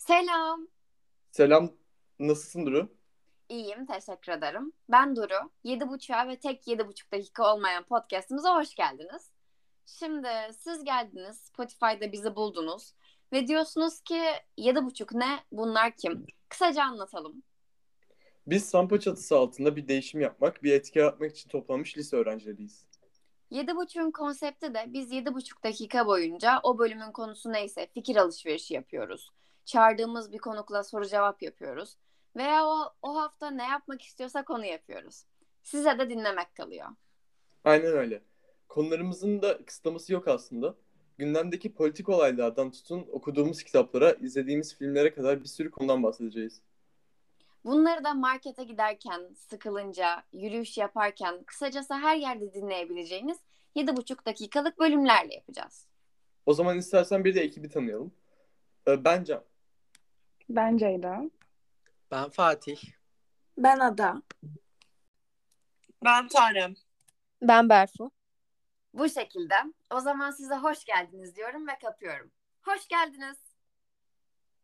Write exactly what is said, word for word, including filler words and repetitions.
Selam. Selam, nasılsın Duru? İyiyim, teşekkür ederim. Ben Duru. Yedi buçuğa ve tek yedi buçuk dakika olmayan podcastımıza hoş geldiniz. Şimdi siz geldiniz, Spotify'da bizi buldunuz ve diyorsunuz ki yedi buçuk ne, bunlar kim? Kısaca anlatalım. Biz Sampa çatısı altında bir değişim yapmak, bir etki yaratmak için toplanmış lise öğrencileriyiz. Yedi buçuğun konsepti de biz yedi buçuk dakika boyunca o bölümün konusu neyse fikir alışverişi yapıyoruz. Çağırdığımız bir konukla soru cevap yapıyoruz. Veya o, o hafta ne yapmak istiyorsak onu yapıyoruz. Size de dinlemek kalıyor. Aynen öyle. Konularımızın da kısıtlaması yok aslında. Gündemdeki politik olaylardan tutun, okuduğumuz kitaplara, izlediğimiz filmlere kadar bir sürü konudan bahsedeceğiz. Bunları da markete giderken, sıkılınca, yürüyüş yaparken, kısacası her yerde dinleyebileceğiniz yedi buçuk dakikalık bölümlerle yapacağız. O zaman istersen bir de ekibi tanıyalım. Ee, Ben Can. Ben Ceyda. Ben Fatih. Ben Ada. Ben Tarem. Ben Berfu. Bu şekilde o zaman size hoş geldiniz diyorum ve kapıyorum. Hoş geldiniz.